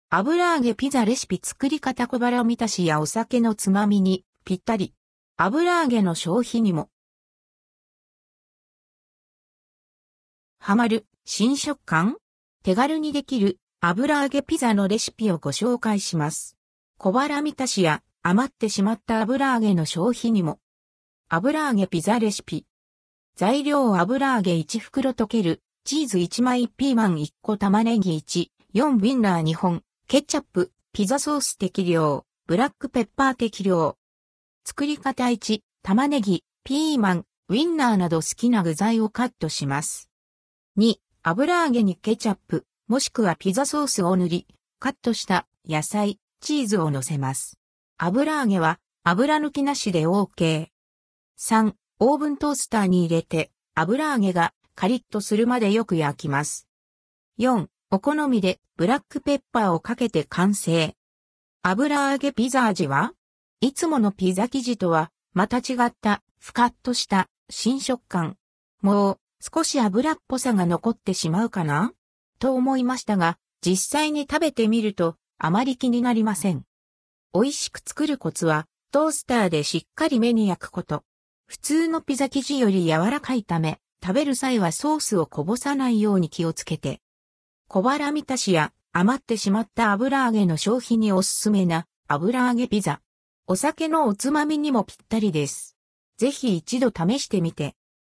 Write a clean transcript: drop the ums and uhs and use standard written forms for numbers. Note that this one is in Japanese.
油揚げピザレシピ作り方小腹満たしやお酒のつまみにぴったり。油揚げの消費にも。ハマる新食感？手軽にできる油揚げピザのレシピをご紹介します。小腹満たしや余ってしまった油揚げの消費にも。油揚げピザレシピ。材料油揚げ1袋溶ける、チーズ1枚ピーマン1個玉ねぎ1、4ウィンナー2本、ケチャップ、ピザソース適量、ブラックペッパー適量。作り方1、玉ねぎ、ピーマン、ウィンナーなど好きな具材をカットします。2、油揚げにケチャップ、もしくはピザソースを塗り、カットした野菜、チーズを乗せます。油揚げは油抜きなしで OK。3、オーブントースターに入れて油揚げがカリッとするまでよく焼きます。4、お好みでブラックペッパーをかけて完成。油揚げピザ味はいつものピザ生地とはまた違ったふかっとした新食感。もう少し油っぽさが残ってしまうかなと思いましたが、実際に食べてみるとあまり気になりません。美味しく作るコツはトースターでしっかりめに焼くこと。普通のピザ生地より柔らかいため、食べる際はソースをこぼさないように気をつけて。小腹満たしや余ってしまった油揚げの消費におすすめな油揚げピザ。お酒のおつまみにもぴったりです。ぜひ一度試してみて